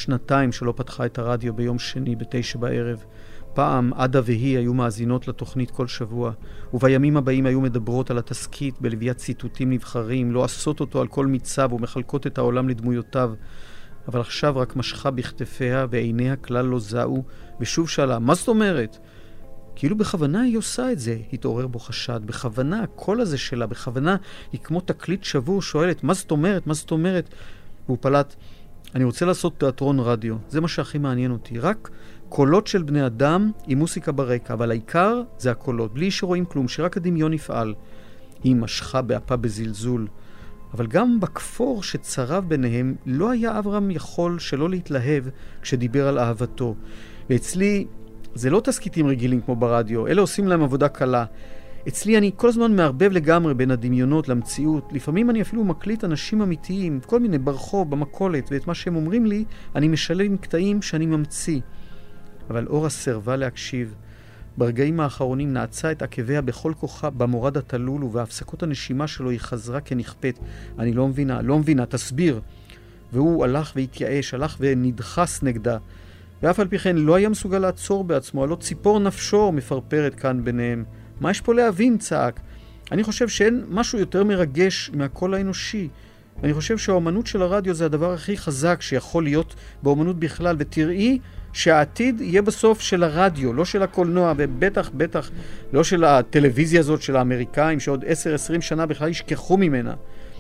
2 שלא פתחה את הרדיו ביום שני ב9 בערב. פעם עדה והיא היו מאזינות לתוכנית כל שבוע, ובימים הבאים היו מדברות על התסקית בלוויית ציטוטים נבחרים, לא עשות אותו על כל מיצב ומחלקות את העולם לדמויותיו. אבל עכשיו רק משכה בכתפיה ועיניה כלל לא זעו, ושוב שאלה, מה זאת אומרת? כאילו בכוונה היא עושה את זה, התעורר בו חשד. בכוונה, הקול הזה שלה, בכוונה היא כמו תקליט שבור, שואלת, מה זאת אומרת? מה זאת אומרת? והוא פלט, אני רוצה לעשות תיאטרון רדיו, זה מה שהכי מעניין אותי, רק קולות של בני אדם עם מוסיקה ברקע, אבל העיקר זה הקולות, בלי שרואים כלום, שרק הדמיון יפעל. היא משכה באפה בזלזול, אבל גם בכפור שצרב ביניהם לא היה אברהם יכול שלא להתלהב כשדיבר על אהבתו. ואצלי זה לא תסקיטים רגילים כמו ברדיו, אלה עושים להם עבודה קלה. אצלי אני כל הזמן מערבב לגמרי בין הדמיונות למציאות. לפעמים אני אפילו מקליט אנשים אמיתיים, כל מיני ברחוב, במקולת, ואת מה שהם אומרים לי אני משלב עם קטעים שאני ממציא. אבל אורה סרבה להקשיב. ברגעים האחרונים נעצה את עקביה בכל כוחה במורד התלול, ובהפסקות הנשימה שלו היא חזרה כנכפת. אני לא מבינה, תסביר. והוא הלך והתייאש, הלך ונדחס נגדה. ואף על פי כן לא היה מסוגל לעצור בעצמו, הלא ציפור נפשו מפרפרת כאן ביניהם. מה יש פה להבין? צעק. אני חושב שאין משהו יותר מרגש מהקול האנושי. אני חושב שהאומנות של הרדיו זה הדבר הכי חזק שיכול להיות באומנות בכלל, ותראי שהעתיד יהיה בסוף של הרדיו, לא של הקולנוע, ובטח לא של הטלוויזיה הזאת של האמריקאים, שעוד 10-20 שנה בכלל ישכחו ממנה.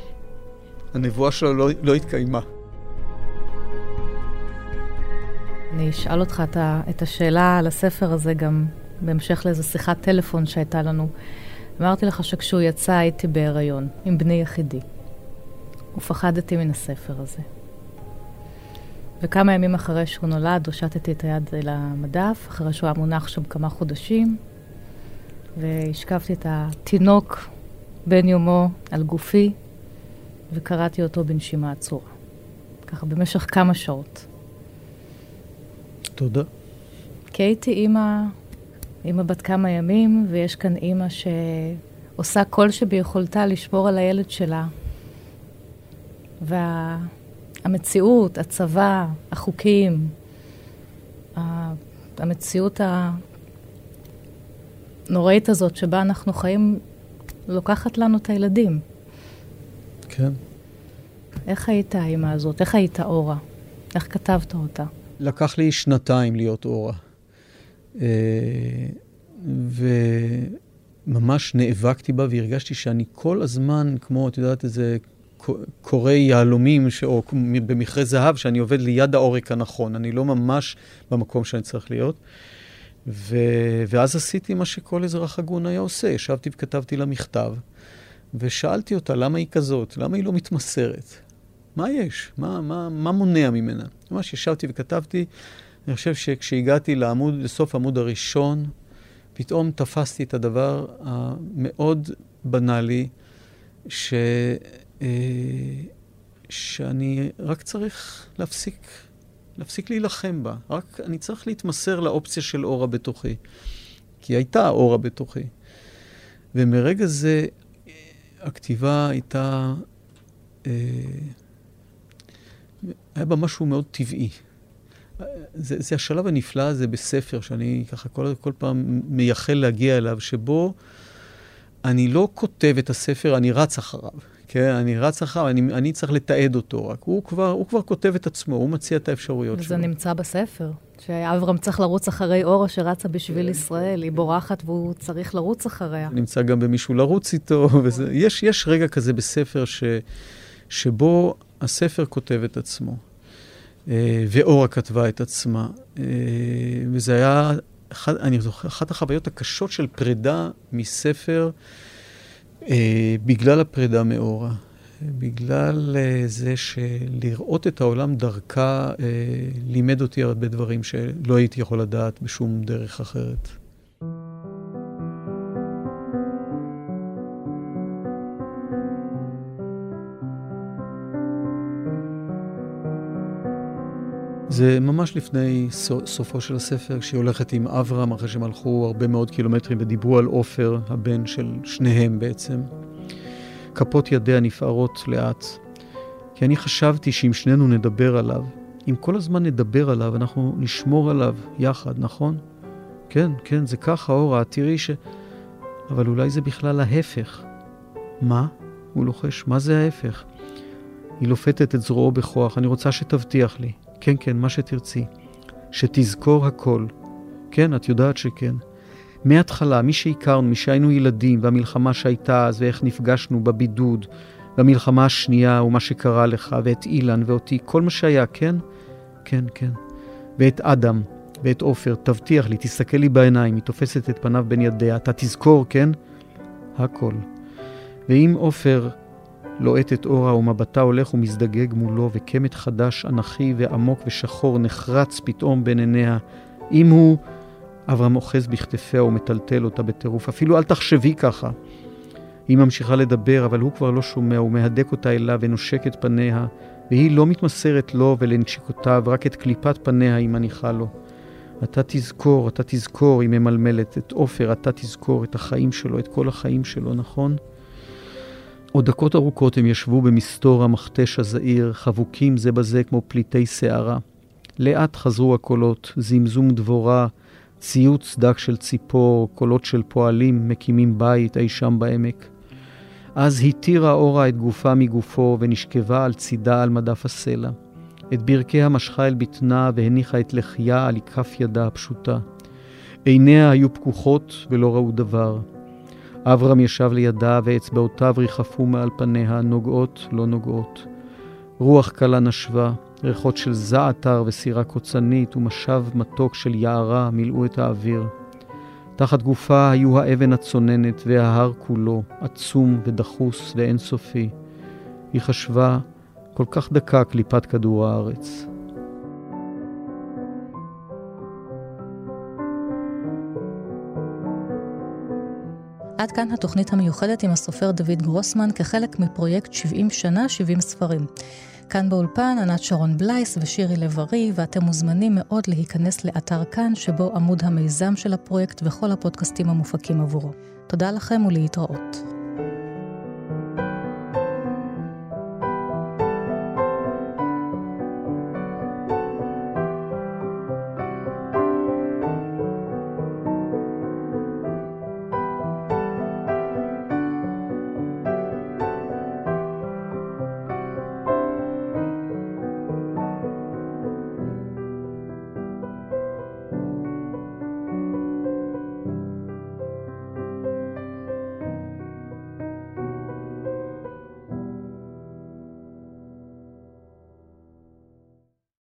הנבואה שלו לא התקיימה. אני אשאל אותך את השאלה על הספר הזה גם בהמשך לאיזו שיחת טלפון שהייתה לנו. אמרתי לך שכשהוא יצא הייתי בהיריון עם בני יחידי. ופחדתי מן הספר הזה. וכמה ימים אחרי שהוא נולד, הושטתי את היד אל המדף, אחרי שהוא היה מונח שם כמה חודשים, והשכבתי את התינוק בן יומו על גופי, וקראתי אותו בנשימה עצורה. ככה במשך כמה שעות. תודה. כי הייתי אימא בת כמה ימים, ויש כאן אימא שעושה כל שביכולתה לשמור על הילד שלה. והמציאות, הצבא, החוקים, המציאות הנוראית הזאת שבה אנחנו חיים, לוקחת לנו את הילדים. כן. איך היית האמא הזאת? איך היית אורה? איך כתבת אותה? לקח לי 2 להיות אורה. וממש נאבקתי בה והרגשתי שאני כל הזמן, כמו, את יודעת, איזה קורי יהלומים או במכרה זהב, שאני עובד ליד העורק הנכון. אני לא ממש במקום שאני צריך להיות. ואז עשיתי מה שכל אזרח הגון היה עושה. ישבתי וכתבתי לה מכתב, ושאלתי אותה למה היא כזאת, למה היא לא מתמסרת. מה יש? מה מונע ממנה? ממש ישבתי וכתבתי. אני חושב שכשהגעתי לסוף העמוד הראשון, פתאום תפסתי את הדבר המאוד בנאלי, שאני רק צריך להפסיק להילחם בה. רק אני צריך להתמסר לאופציה של אורה בתוכי. כי הייתה אורה בתוכי. ומרגע זה, הכתיבה הייתה, היה בה משהו מאוד טבעי. זה השלב הנפלא הזה בספר, שאני ככה כל פעם מייחל להגיע אליו, שבו אני לא כותב את הספר, אני רץ אחריו. כן, אני רץ אחריו, אני צריך לתעד אותו רק. הוא כבר כותב את עצמו, הוא מציע את האפשרויות שלו. וזה נמצא בספר, שאברהם צריך לרוץ אחרי אורה שרצה בשביל ישראל, היא בורחת והוא צריך לרוץ אחריה. נמצא גם במישהו לרוץ איתו, יש רגע כזה בספר שבו הספר כותב את עצמו, ואורה כתבה את עצמה, וזה היה, אני זוכר, אחת החוויות הקשות של פרידה מספר, בגלל הפרידה מאורה, בגלל זה שלראות את העולם דרכה לימד אותי הרבה דברים שלא הייתי יכול לדעת בשום דרך אחרת. זה ממש לפני סופו של הספר, כשהיא הולכת עם אברהם, אחרי שהם הלכו הרבה מאוד קילומטרים ודיברו על עופר, הבן של שניהם בעצם. כפות ידיה נפערות לאט. כי אני חשבתי שאם שנינו נדבר עליו, אם כל הזמן נדבר עליו, אנחנו נשמור עליו יחד, נכון? כן, כן, זה ככה, אורה, תראי אבל אולי זה בכלל ההפך. מה? הוא לוחש, מה זה ההפך? היא לופתת את זרועו בכוח, אני רוצה שתבטיח לי. כן, כן, מה שתרצי. שתזכור הכל. כן, את יודעת שכן. מההתחלה, מי שהכרנו, מי שהיינו ילדים, והמלחמה שהייתה אז, ואיך נפגשנו בבידוד, והמלחמה השנייה, ומה שקרה לך, ואת אילן ואותי, כל מה שהיה, כן? כן, כן. ואת אדם, ואת עופר, תבטיח לי, תסתכל לי בעיניים, היא תופסת את פניו בין ידיה, אתה תזכור, כן? הכל. ואם עופר לועט את אורה ומבטה הולך ומזדגג מולו, וקמת חדש ענכי ועמוק ושחור נחרץ פתאום בין עיניה, אם הוא, אברהם אוחז בכתפיה ומטלטל אותה בטירוף, אפילו אל תחשבי ככה. היא ממשיכה לדבר, אבל הוא כבר לא שומע, הוא מהדק אותה אליו ונושק את פניה, והיא לא מתמסרת לו ולנשיקותיו, רק את קליפת פניה היא מניחה לו. אתה תזכור, היא ממלמלת, את עופר, אתה תזכור את החיים שלו, את כל החיים שלו, נכון? עוד דקות ארוכות הם ישבו במסתור המכתש הזעיר, חבוקים זה בזה כמו פליטי שערה. לאט חזרו הקולות, זמזום דבורה, ציוץ דק של ציפור, קולות של פועלים, מקימים בית אי שם בעמק. אז התירה אורה את גופה מגופו ונשכבה על צידה על מדף הסלע. את ברכיה משכה אל בטנה והניחה את לחיה על כף ידה הפשוטה. עיניה היו פקוחות ולא ראו דבר. אברהם ישב לידה ואצבעותיו ריחפו מעל פניה, נוגעות לא נוגעות. רוח קלה נשבה, ריחות של זעתר וסירה קוצנית ומשב מתוק של יערה מילאו את האוויר. תחת גופה היו האבן הצוננת וההר כולו, עצום ודחוס ואינסופי. היא חשבה כל כך דקה קליפת כדור הארץ. עד כאן התוכנית המיוחדת עם הסופר דוד גרוסמן כחלק מפרויקט 70 שנה 70 ספרים. כאן באולפן ענת שרון בלייס ושירי לב-ארי, ואתם מוזמנים מאוד להיכנס לאתר כאן שבו עמוד המיזם של הפרויקט וכל הפודקאסטים המופקים עבורו. תודה לכם ולהתראות.